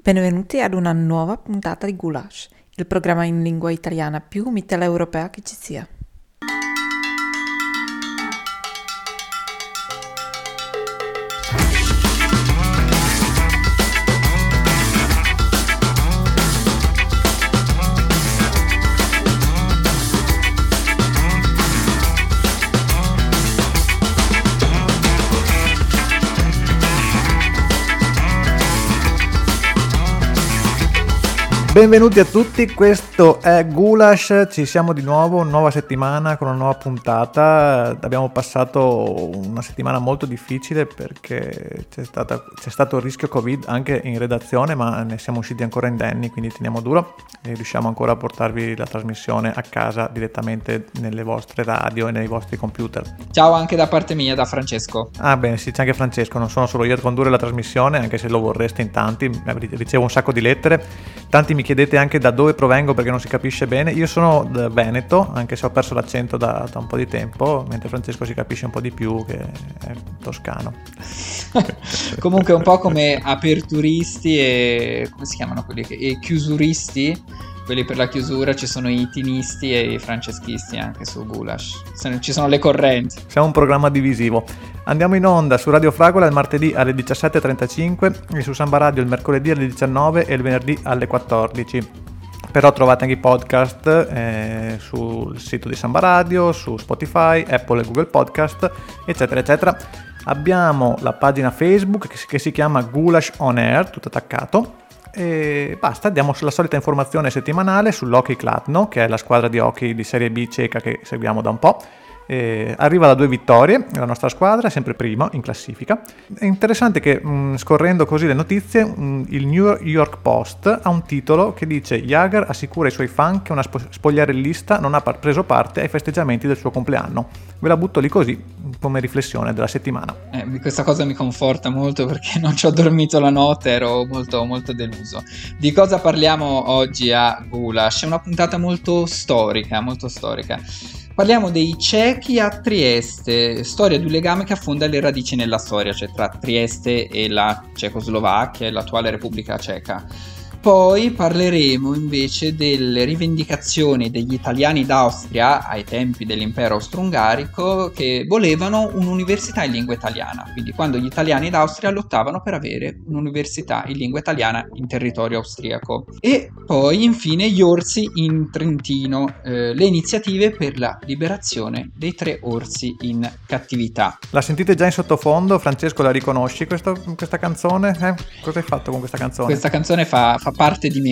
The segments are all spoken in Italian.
Benvenuti ad una nuova puntata di Goulash, il programma in lingua italiana più mitteleuropea che ci sia. Benvenuti a tutti, questo è Goulash, ci siamo di nuovo, nuova settimana con una nuova puntata. Abbiamo passato una settimana molto difficile perché c'è stato il rischio Covid anche in redazione, ma ne siamo usciti ancora indenni, quindi teniamo duro e riusciamo ancora a portarvi la trasmissione a casa direttamente nelle vostre radio e nei vostri computer. Ciao anche da parte mia, da Francesco. Ah bene, sì, c'è anche Francesco, non sono solo io a condurre la trasmissione, anche se lo vorreste in tanti, ricevo un sacco di lettere, tanti mi chiedete anche da dove provengo perché non si capisce bene. Io sono veneto, anche se ho perso l'accento da un po' di tempo, mentre Francesco si capisce un po' di più che è toscano. Comunque un po' come aperturisti e come si chiamano quelli e chiusuristi, quelli per la chiusura. Ci sono i tinisti e i franceschisti anche su Goulash, ci sono le correnti. Siamo un programma divisivo. Andiamo in onda su Radio Fragola il martedì alle 17.35 e su Samba Radio il mercoledì alle 19 e il venerdì alle 14. Però trovate anche i podcast sul sito di Samba Radio, su Spotify, Apple e Google Podcast, eccetera eccetera. Abbiamo la pagina Facebook che si chiama Goulash On Air, tutto attaccato. E basta, diamo la solita informazione settimanale sull'Hockey Kladno, che è la squadra di hockey di Serie B ceca che seguiamo da un po'. Arriva da 2 vittorie, la nostra squadra è sempre prima in classifica. È interessante che scorrendo così le notizie, il New York Post ha un titolo che dice: Jagr assicura ai suoi fan che una spogliarellista non ha preso parte ai festeggiamenti del suo compleanno. Ve la butto lì così come riflessione della settimana. Questa cosa mi conforta molto perché non ci ho dormito la notte, ero molto molto deluso. Di cosa parliamo oggi a Goulash? È una puntata molto storica, molto storica. Parliamo dei cechi a Trieste, storia di un legame che affonda le radici nella storia, cioè tra Trieste e la Cecoslovacchia e l'attuale Repubblica Ceca. Poi parleremo invece delle rivendicazioni degli italiani d'Austria ai tempi dell'impero austro-ungarico che volevano un'università in lingua italiana, quindi quando gli italiani d'Austria lottavano per avere un'università in lingua italiana in territorio austriaco. E poi infine gli orsi in Trentino, le iniziative per la liberazione dei 3 orsi in cattività. La sentite già in sottofondo? Francesco, la riconosci questa canzone? Cosa hai fatto con questa canzone? Questa canzone fa parte di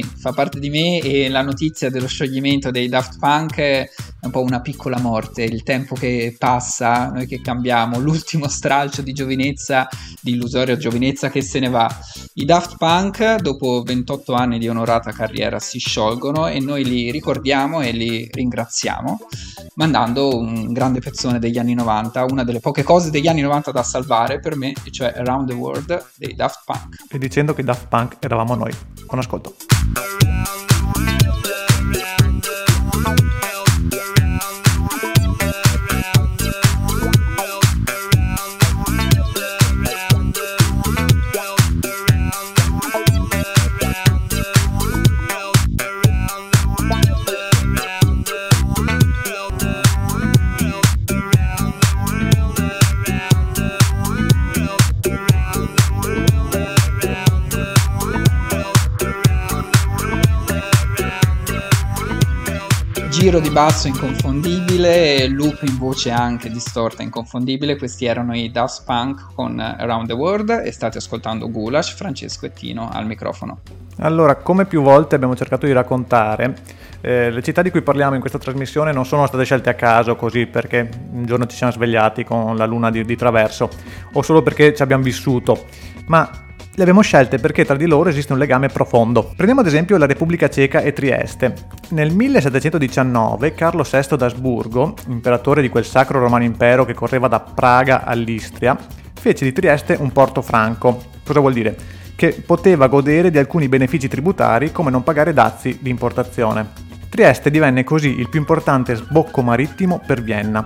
me e la notizia dello scioglimento dei Daft Punk è un po' una piccola morte, il tempo che passa, noi che cambiamo, l'ultimo stralcio di giovinezza, di illusoria giovinezza che se ne va. I Daft Punk dopo 28 anni di onorata carriera si sciolgono e noi li ricordiamo e li ringraziamo mandando un grande pezzone degli anni 90, una delle poche cose degli anni 90 da salvare per me, e cioè Around the World dei Daft Punk. E dicendo che i Daft Punk eravamo noi. Buon ascolto. Giro di basso inconfondibile, loop in voce anche distorta inconfondibile. Questi erano i Daft Punk con Around the World e state ascoltando Goulash, Francesco e Tino al microfono. Allora, come più volte abbiamo cercato di raccontare, le città di cui parliamo in questa trasmissione non sono state scelte a caso così perché un giorno ci siamo svegliati con la luna di traverso o solo perché ci abbiamo vissuto, ma le abbiamo scelte perché tra di loro esiste un legame profondo. Prendiamo ad esempio la Repubblica Ceca e Trieste. Nel 1719 Carlo VI d'Asburgo, imperatore di quel sacro romano impero che correva da Praga all'Istria, fece di Trieste un porto franco. Cosa vuol dire? Che poteva godere di alcuni benefici tributari come non pagare dazi di importazione. Trieste divenne così il più importante sbocco marittimo per Vienna.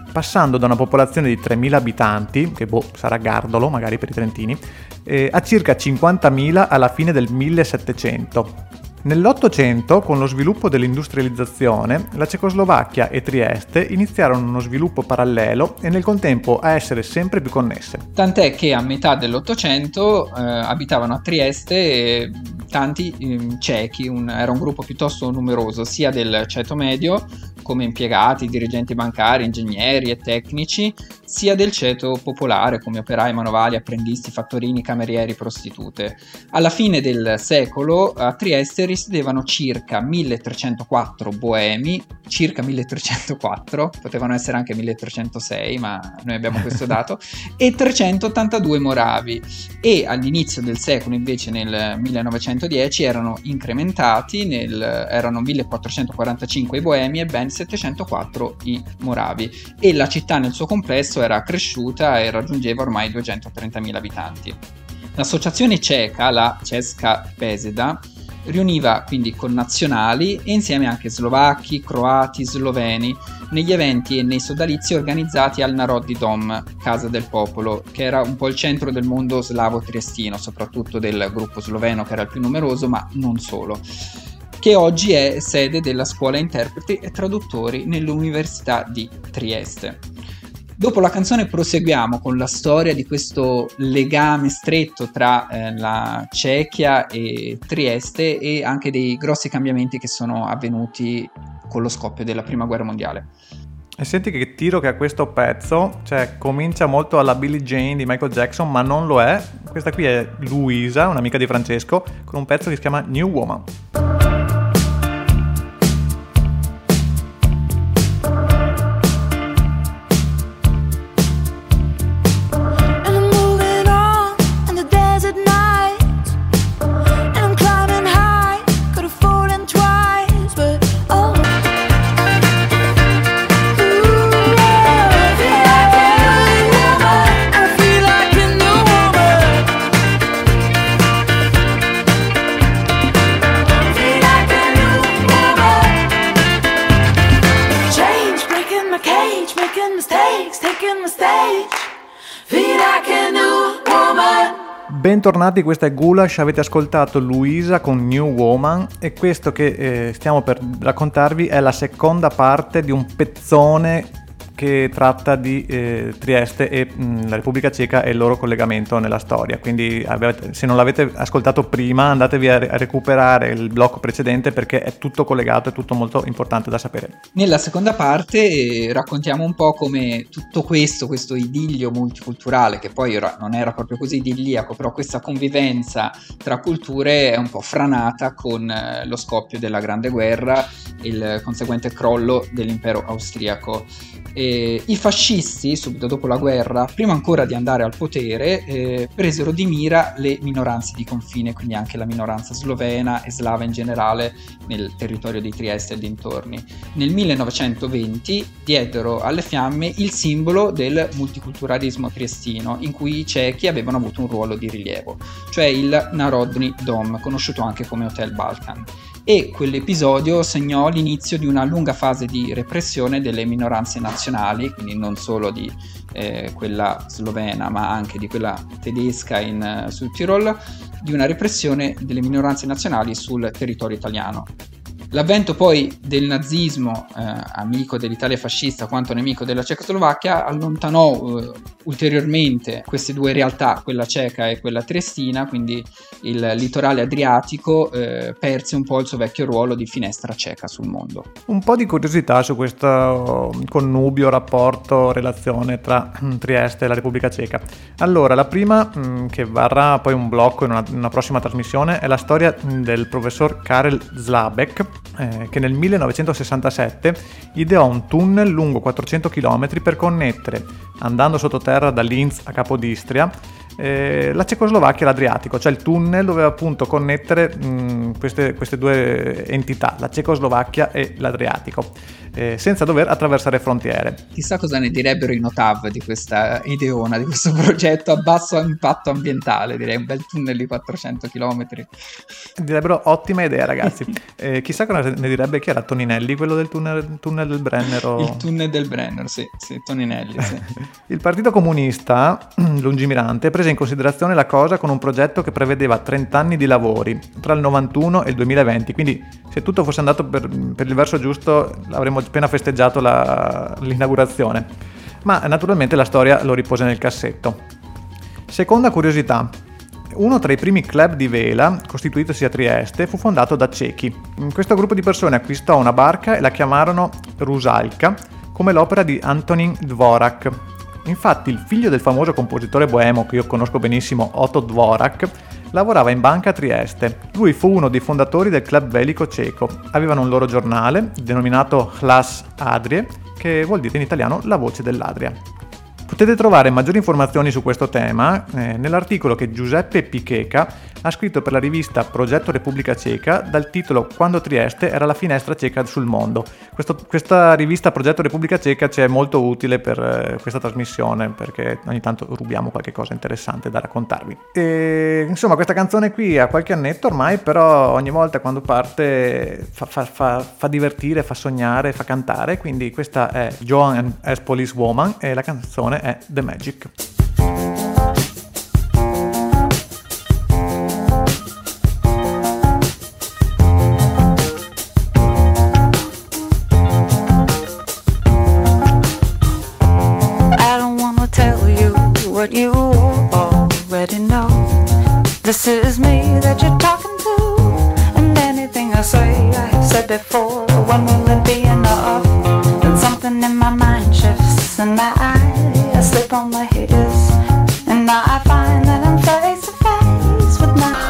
passando da una popolazione di 3.000 abitanti, che sarà Gardolo magari per i trentini, a circa 50.000 alla fine del 1700. Nell'Ottocento, con lo sviluppo dell'industrializzazione, la Cecoslovacchia e Trieste iniziarono uno sviluppo parallelo e nel contempo a essere sempre più connesse. Tant'è che a metà dell'Ottocento abitavano a Trieste tanti cechi, era un gruppo piuttosto numeroso, sia del ceto medio, come impiegati, dirigenti bancari, ingegneri e tecnici, sia del ceto popolare, come operai, manovali, apprendisti, fattorini, camerieri, prostitute. Alla fine del secolo a Trieste risiedevano circa 1304 boemi, circa 1304, potevano essere anche 1306, ma noi abbiamo questo dato, e 382 moravi. E all'inizio del secolo, invece, nel 1910, erano incrementati, erano 1445 i boemi e ben 704 i moravi, e la città nel suo complesso era cresciuta e raggiungeva ormai 230.000 abitanti. L'associazione ceca, la Česká beseda, riuniva quindi connazionali e insieme anche slovacchi, croati, sloveni negli eventi e nei sodalizi organizzati al Národní dom, Casa del Popolo, che era un po' il centro del mondo slavo triestino, soprattutto del gruppo sloveno che era il più numeroso, ma non solo, che oggi è sede della scuola interpreti e traduttori nell'Università di Trieste. Dopo la canzone proseguiamo con la storia di questo legame stretto tra la Cechia e Trieste e anche dei grossi cambiamenti che sono avvenuti con lo scoppio della Prima Guerra Mondiale. E senti che tiro che ha questo pezzo, cioè comincia molto alla Billie Jean di Michael Jackson, ma non lo è. Questa qui è Luisa, un'amica di Francesco, con un pezzo che si chiama New Woman. Bentornati, questa è Gulash, avete ascoltato Luisa con New Woman e questo che stiamo per raccontarvi è la seconda parte di un pezzone che tratta di Trieste e la Repubblica Ceca e il loro collegamento nella storia. Quindi se non l'avete ascoltato prima, andatevi a recuperare il blocco precedente perché è tutto collegato, è tutto molto importante da sapere. Nella seconda parte raccontiamo un po' come tutto questo idillio multiculturale, che poi non era proprio così idilliaco, però questa convivenza tra culture è un po' franata con lo scoppio della Grande Guerra e il conseguente crollo dell'impero austriaco. I fascisti, subito dopo la guerra, prima ancora di andare al potere, presero di mira le minoranze di confine, quindi anche la minoranza slovena e slava in generale nel territorio di Trieste e dintorni. Nel 1920 diedero alle fiamme il simbolo del multiculturalismo triestino, in cui i cechi avevano avuto un ruolo di rilievo, cioè il Národní dom, conosciuto anche come Hotel Balkan. E quell'episodio segnò l'inizio di una lunga fase di repressione delle minoranze nazionali, quindi non solo di quella slovena ma anche di quella tedesca in Südtirol, di una repressione delle minoranze nazionali sul territorio italiano. L'avvento poi del nazismo, amico dell'Italia fascista quanto nemico della Cecoslovacchia, allontanò ulteriormente queste due realtà, quella ceca e quella triestina, quindi il litorale adriatico perse un po' il suo vecchio ruolo di finestra ceca sul mondo. Un po' di curiosità su questo connubio, rapporto, relazione tra Trieste e la Repubblica Ceca. Allora, la prima, che varrà poi un blocco in una prossima trasmissione, è la storia del professor Karel Žlábek, che nel 1967 ideò un tunnel lungo 400 km per connettere, andando sottoterra da Linz a Capodistria, la Cecoslovacchia e l'Adriatico, cioè il tunnel doveva appunto connettere queste due entità, la Cecoslovacchia e l'Adriatico, senza dover attraversare frontiere. Chissà cosa ne direbbero i Notav di questa ideona, di questo progetto a basso impatto ambientale, direi un bel tunnel di 400 km. Direbbero ottima idea, ragazzi. Chissà cosa ne direbbe, chi era Toninelli, quello del tunnel del Brennero? Il tunnel del Brenner, sì, Toninelli, sì. Il Partito Comunista lungimirante prese in considerazione la cosa con un progetto che prevedeva 30 anni di lavori tra il 91 e il 2020, quindi se tutto fosse andato per il verso giusto avremmo appena festeggiato l'inaugurazione, ma naturalmente la storia lo ripose nel cassetto. Seconda curiosità: uno tra i primi club di vela costituitosi a Trieste fu fondato da cechi. Questo gruppo di persone acquistò una barca e la chiamarono Rusalka, come l'opera di Antonín Dvořák. Infatti il figlio del famoso compositore boemo che io conosco benissimo, Otto Dvořák, lavorava in banca a Trieste. Lui fu uno dei fondatori del club velico ceco. Avevano un loro giornale denominato Hlas Adrie, che vuol dire in italiano la voce dell'Adria. Potete trovare maggiori informazioni su questo tema nell'articolo che Giuseppe Picheca ha scritto per la rivista Progetto Repubblica Ceca dal titolo Quando Trieste era la finestra ceca sul mondo. Questa rivista Progetto Repubblica Ceca ci è molto utile per questa trasmissione, perché ogni tanto rubiamo qualche cosa interessante da raccontarvi. E, insomma, questa canzone qui ha qualche annetto ormai, però ogni volta quando parte fa divertire, fa sognare, fa cantare. Quindi questa è Joan as Police Woman e la canzone è The Magic. What you already know. This is me that you're talking to, and anything I say I have said before. When will it be enough? Then something in my mind shifts and my eyes slip on my ears, and now I find that I'm face to face with my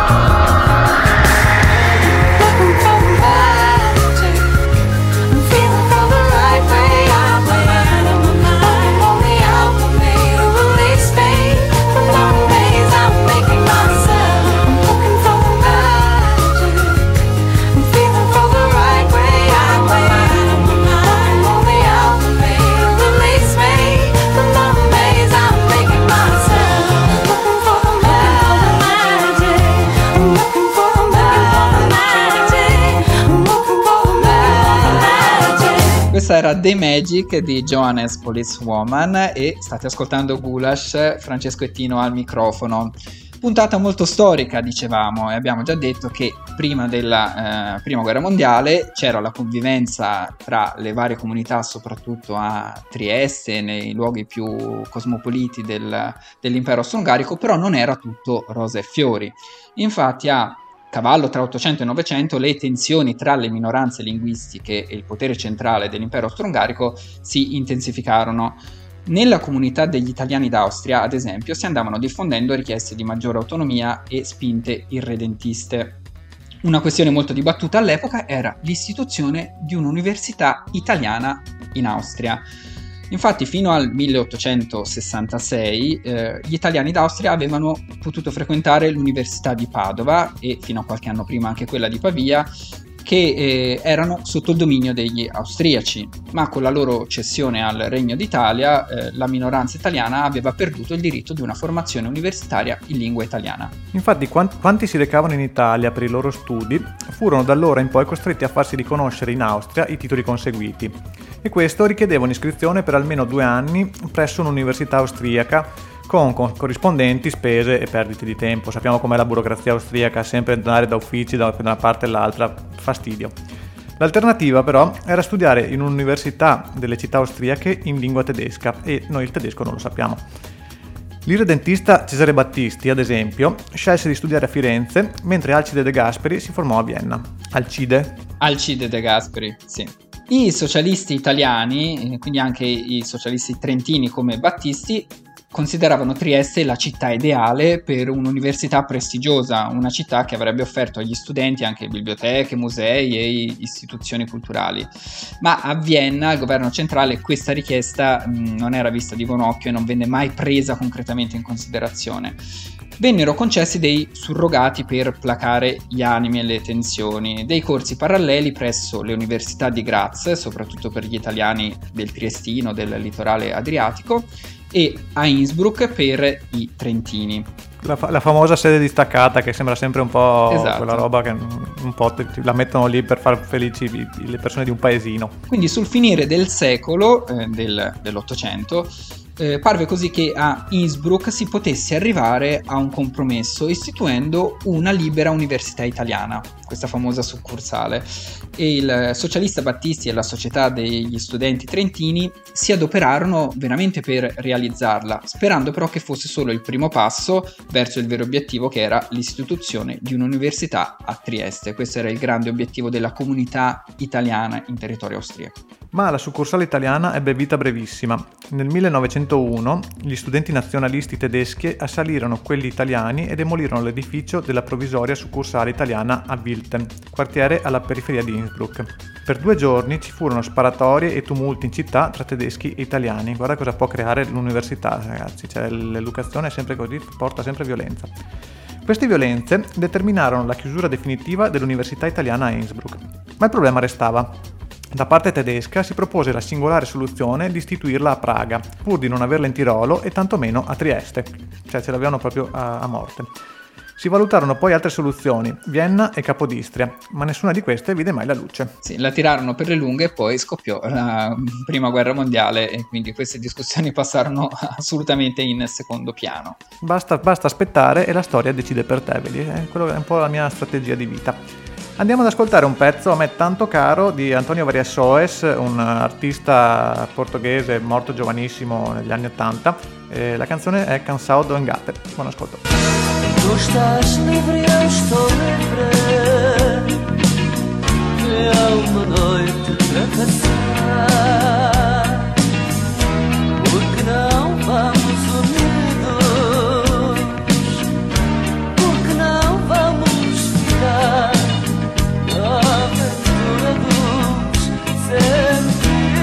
looking for magic. I'm feeling for the right way. I'm waiting on my mind, only out for me to release me from the maze I'm making myself. I'm looking for the magic. I'm feeling for the right way. I'm waiting on my mind, only out for me to release me from the maze I'm making myself. Looking for the magic. I'm looking for the magic. I'm looking for the magic. Questa era The Magic di Joan as Police Woman e state ascoltando Gulash, Francesco Ettino al microfono. Puntata molto storica, dicevamo, e abbiamo già detto che prima della Prima Guerra Mondiale c'era la convivenza tra le varie comunità, soprattutto a Trieste, nei luoghi più cosmopoliti dell'impero austro-ungarico, però non era tutto rose e fiori. Infatti a cavallo tra 800 e 900 le tensioni tra le minoranze linguistiche e il potere centrale dell'impero austro-ungarico si intensificarono. Nella comunità degli italiani d'Austria, ad esempio, si andavano diffondendo richieste di maggiore autonomia e spinte irredentiste. Una questione molto dibattuta all'epoca era l'istituzione di un'università italiana in Austria. Infatti fino al 1866 gli italiani d'Austria avevano potuto frequentare l'Università di Padova e fino a qualche anno prima anche quella di Pavia, che erano sotto il dominio degli austriaci, ma con la loro cessione al Regno d'Italia la minoranza italiana aveva perduto il diritto di una formazione universitaria in lingua italiana. Infatti quanti si recavano in Italia per i loro studi furono da allora in poi costretti a farsi riconoscere in Austria i titoli conseguiti, e questo richiedeva un'iscrizione per almeno 2 anni presso un'università austriaca con corrispondenti spese e perdite di tempo. Sappiamo com'è la burocrazia austriaca, sempre andare da uffici da una parte all'altra, fastidio. L'alternativa però era studiare in un'università delle città austriache in lingua tedesca, e noi il tedesco non lo sappiamo. L'irredentista Cesare Battisti, ad esempio, scelse di studiare a Firenze, mentre Alcide De Gasperi si formò a Vienna. Alcide De Gasperi, sì. I socialisti italiani, quindi anche i socialisti trentini come Battisti, consideravano Trieste la città ideale per un'università prestigiosa, una città che avrebbe offerto agli studenti anche biblioteche, musei e istituzioni culturali. Ma a Vienna il governo centrale questa richiesta non era vista di buon occhio e non venne mai presa concretamente in considerazione. vennero concessi dei surrogati per placare gli animi e le tensioni, dei corsi paralleli presso le università di Graz, soprattutto per gli italiani del Triestino, del litorale adriatico, e a Innsbruck per i trentini. La famosa sede distaccata, che sembra sempre un po' Esatto. quella roba che un po' la mettono lì per far felici le persone di un paesino. Quindi sul finire del secolo, dell'Ottocento, parve così che a Innsbruck si potesse arrivare a un compromesso istituendo una libera università italiana, questa famosa succursale, e il socialista Battisti e la società degli studenti trentini si adoperarono veramente per realizzarla, sperando però che fosse solo il primo passo verso il vero obiettivo, che era l'istituzione di un'università a Trieste. Questo era il grande obiettivo della comunità italiana in territorio austriaco. Ma la succursale italiana ebbe vita brevissima. Nel 1901 gli studenti nazionalisti tedeschi assalirono quelli italiani e demolirono l'edificio della provvisoria succursale italiana a Wilten, quartiere alla periferia di Innsbruck. Per 2 giorni ci furono sparatorie e tumulti in città tra tedeschi e italiani. Guarda cosa può creare l'università, ragazzi, cioè l'educazione è sempre così, porta sempre violenza. Queste violenze determinarono la chiusura definitiva dell'università italiana a Innsbruck. Ma il problema restava. Da parte tedesca si propose la singolare soluzione di istituirla a Praga, pur di non averla in Tirolo e tantomeno a Trieste, cioè ce l'avevano proprio a morte. Si valutarono poi altre soluzioni, Vienna e Capodistria, ma nessuna di queste vide mai la luce. Sì, la tirarono per le lunghe e poi scoppiò la prima guerra mondiale e quindi queste discussioni passarono assolutamente in secondo piano. Basta aspettare e la storia decide per te, vedi? Quello è un po' la mia strategia di vita. Andiamo ad ascoltare un pezzo a me tanto caro di Antonio Varias Soes, un artista portoghese morto giovanissimo negli anni 80. La canzone è Cansado do Engate. Buon ascolto. Tu estás livre, eu estou livre. Que há uma noite para passar. Porque não vamos unidos? Porque não vamos ficar na aventura dos sentidos?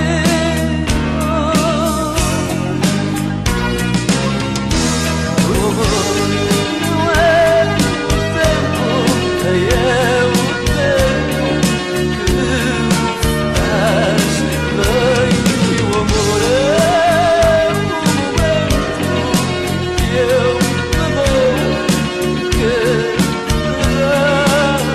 O amor não é o tempo, é o tempo que faz bem. E o amor é o momento que eu me dou, que me dá.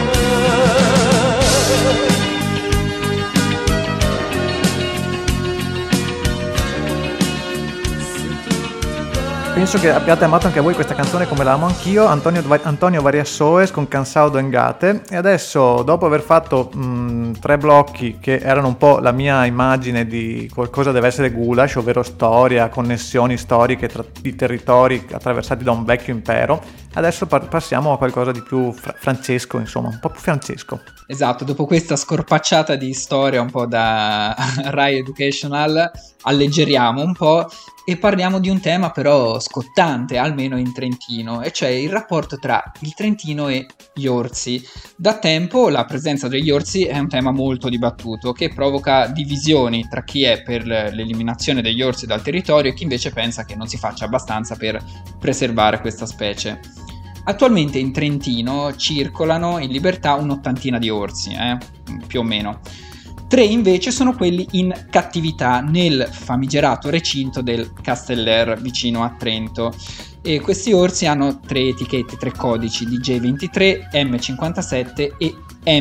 Penso che abbiate amato anche voi questa canzone come la amo anch'io, Antonio Varias Soes con Cansado do Engate. E adesso, dopo aver fatto 3 blocchi che erano un po' la mia immagine di qualcosa deve essere goulash, ovvero storia, connessioni storiche tra i territori attraversati da un vecchio impero, adesso passiamo a qualcosa di più francesco, insomma, un po' più francesco. Esatto, dopo questa scorpacciata di storia un po' da Rai Educational, alleggeriamo un po' e parliamo di un tema però scottante, almeno in Trentino, e cioè il rapporto tra il Trentino e gli orsi. Da tempo la presenza degli orsi è un tema molto dibattuto, che provoca divisioni tra chi è per l'eliminazione degli orsi dal territorio e chi invece pensa che non si faccia abbastanza per preservare questa specie. Attualmente in Trentino circolano in libertà un'ottantina di orsi, più o meno. 3 invece sono quelli in cattività nel famigerato recinto del Casteller vicino a Trento, e questi orsi hanno 3 etichette, 3 codici DJ23, M57 e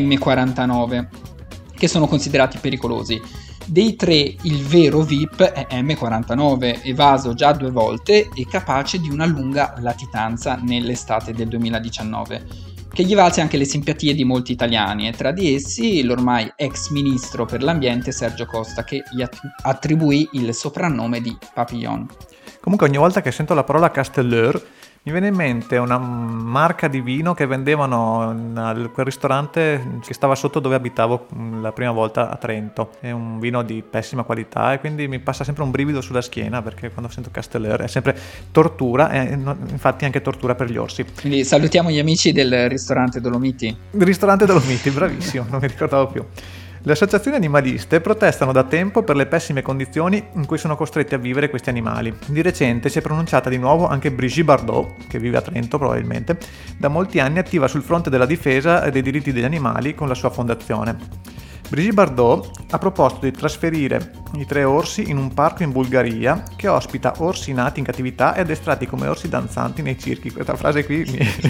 M49 che sono considerati pericolosi. Dei 3 il vero VIP è M49, evaso già 2 volte e capace di una lunga latitanza nell'estate del 2019, che gli valse anche le simpatie di molti italiani, e tra di essi l'ormai ex ministro per l'ambiente Sergio Costa, che gli attribuì il soprannome di Papillon. Comunque ogni volta che sento la parola Castelleur mi viene in mente una marca di vino che vendevano in quel ristorante che stava sotto dove abitavo la prima volta a Trento. È un vino di pessima qualità e quindi mi passa sempre un brivido sulla schiena, perché quando sento Castelleur è sempre tortura, e infatti anche tortura per gli orsi. Quindi salutiamo gli amici del ristorante Dolomiti. Il ristorante Dolomiti, bravissimo, non mi ricordavo più. Le associazioni animaliste protestano da tempo per le pessime condizioni in cui sono costretti a vivere questi animali. Di recente si è pronunciata di nuovo anche Brigitte Bardot, che vive a Trento probabilmente, da molti anni attiva sul fronte della difesa dei diritti degli animali con la sua fondazione. Brigitte Bardot ha proposto di trasferire i 3 orsi in un parco in Bulgaria che ospita orsi nati in cattività e addestrati come orsi danzanti nei circhi. Questa frase qui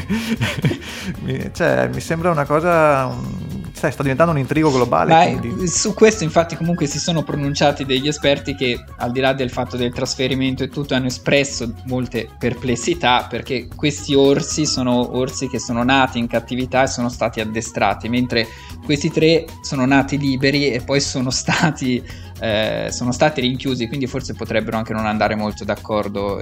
mi sembra una cosa... sta diventando un intrigo globale. Su questo infatti comunque si sono pronunciati degli esperti che, al di là del fatto del trasferimento e tutto, hanno espresso molte perplessità, perché questi orsi sono orsi che sono nati in cattività e sono stati addestrati, mentre questi 3 sono nati liberi e poi sono stati rinchiusi, quindi forse potrebbero anche non andare molto d'accordo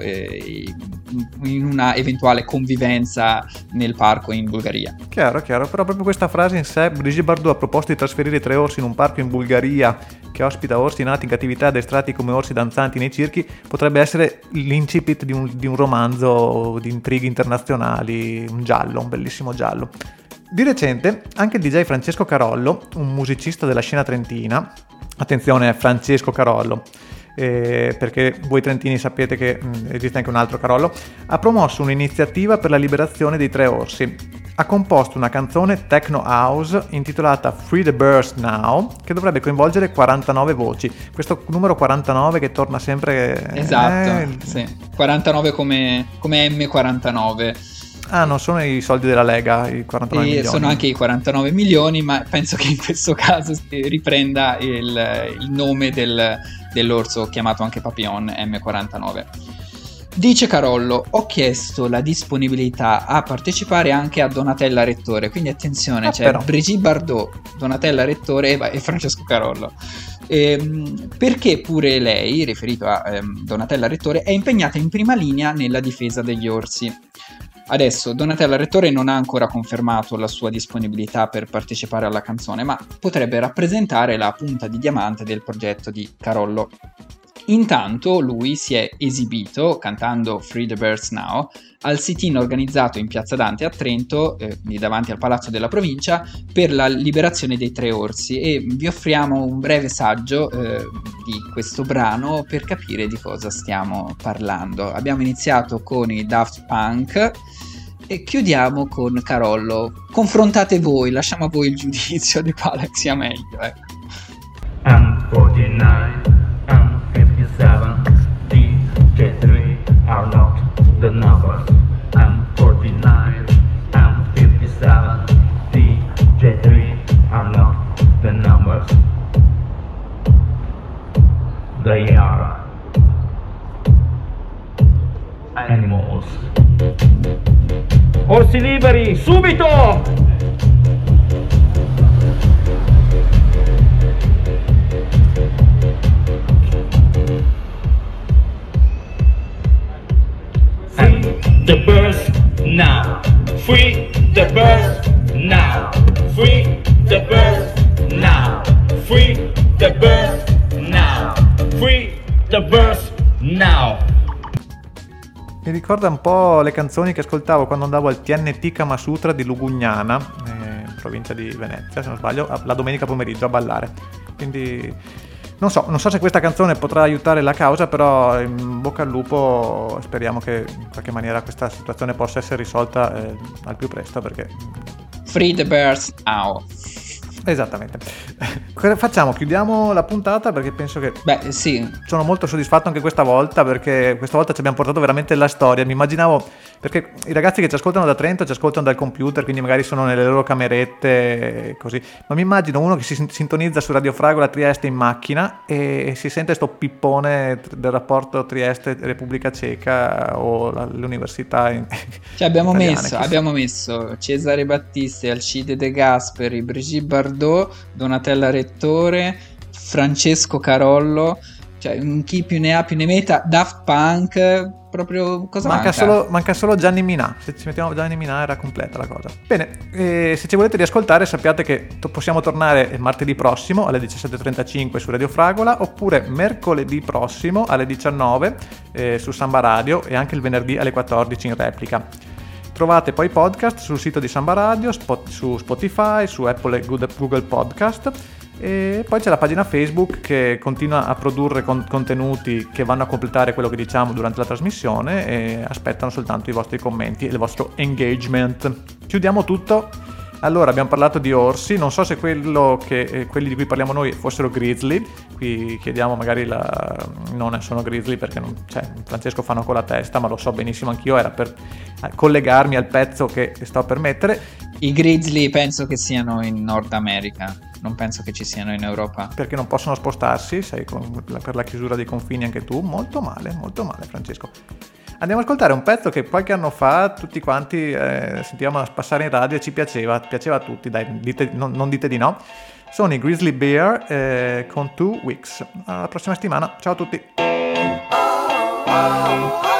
in una eventuale convivenza nel parco in Bulgaria. Chiaro, però proprio questa frase in sé, Brigitte Bardot ha proposto di trasferire i 3 orsi in un parco in Bulgaria che ospita orsi nati in cattività addestrati come orsi danzanti nei circhi, potrebbe essere l'incipit di un romanzo di intrighi internazionali, un bellissimo giallo. Di recente anche il DJ Francesco Carollo, un musicista della scena trentina, attenzione Francesco Carollo, perché voi trentini sapete che esiste anche un altro Carollo, ha promosso un'iniziativa per la liberazione dei 3 orsi. Ha composto una canzone techno house intitolata Free the Birds Now, che dovrebbe coinvolgere 49 voci. Questo numero 49 che torna sempre... Esatto, sì. 49 come M49. Ah, non sono i soldi della Lega, i 49 milioni. Sono anche i 49 milioni, ma penso che in questo caso si riprenda il nome dell'orso chiamato anche Papillon, M49. Dice Carollo: ho chiesto la disponibilità a partecipare anche a Donatella Rettore, quindi attenzione, c'è Brigitte Bardot, Donatella Rettore e Francesco Carollo. Perché pure lei, riferito a Donatella Rettore, è impegnata in prima linea nella difesa degli orsi. Adesso Donatella Rettore non ha ancora confermato la sua disponibilità per partecipare alla canzone, ma potrebbe rappresentare la punta di diamante del progetto di Carollo. Intanto lui si è esibito cantando Free the Birds Now al sit-in organizzato in Piazza Dante a Trento, davanti al Palazzo della Provincia, per la liberazione dei 3 orsi, e vi offriamo un breve saggio di questo brano per capire di cosa stiamo parlando. Abbiamo iniziato con i Daft Punk e chiudiamo con Carollo. Confrontate voi, lasciamo a voi il giudizio di quale sia meglio. I'm 49, I'm 57, DJ3 are not the numbers. I'm 49, I'm 57, DJ3 are not the numbers. They are animals. Orsi liberi, subito! The birds now, free the birds now, free the birds now, free the birds now, free the birds now. Mi ricorda un po' le canzoni che ascoltavo quando andavo al TNT Kamasutra di Lugugnana, provincia di Venezia se non sbaglio, la domenica pomeriggio a ballare. Quindi non so se questa canzone potrà aiutare la causa, però in bocca al lupo, speriamo che in qualche maniera questa situazione possa essere risolta al più presto, perché... Free the birds now. Esattamente. Cosa facciamo? Chiudiamo la puntata, perché penso che... Beh, sì. Sono molto soddisfatto anche questa volta, perché questa volta ci abbiamo portato veramente la storia. Mi immaginavo, perché i ragazzi che ci ascoltano da Trento ci ascoltano dal computer, quindi magari sono nelle loro camerette così, ma mi immagino uno che si sintonizza su Radio Fragola a Trieste in macchina e si sente sto pippone del rapporto Trieste-Repubblica Ceca o l'università cioè abbiamo messo Cesare Battisti, Alcide De Gasperi, Brigitte Bardot, Donatella Rettore, Francesco Carollo, cioè chi più ne ha più ne metta, Daft Punk, proprio cosa manca solo Gianni Minà. Se ci mettiamo Gianni Minà era completa la cosa. Bene, se ci volete riascoltare sappiate che possiamo tornare martedì prossimo alle 17.35 su Radio Fragola, oppure mercoledì prossimo alle 19 su Samba Radio, e anche il venerdì alle 14 in replica. Trovate poi podcast sul sito di Samba Radio, su Spotify, su Apple e Google Podcast. E poi c'è la pagina Facebook che continua a produrre contenuti che vanno a completare quello che diciamo durante la trasmissione e aspettano soltanto i vostri commenti e il vostro engagement. Chiudiamo tutto. Allora, abbiamo parlato di orsi, non so se quelli di cui parliamo noi fossero grizzly, qui chiediamo magari non sono grizzly perché Francesco fanno con la testa, ma lo so benissimo anch'io, era per collegarmi al pezzo che sto per mettere. I grizzly penso che siano in Nord America, non penso che ci siano in Europa. Perché non possono spostarsi, sei per la chiusura dei confini anche tu, molto male Francesco. Andiamo ad ascoltare un pezzo che qualche anno fa tutti quanti sentivamo passare in radio e ci piaceva a tutti, dai, non dite di no. Sono i Grizzly Bear con 2 Weeks. Alla prossima settimana, ciao a tutti.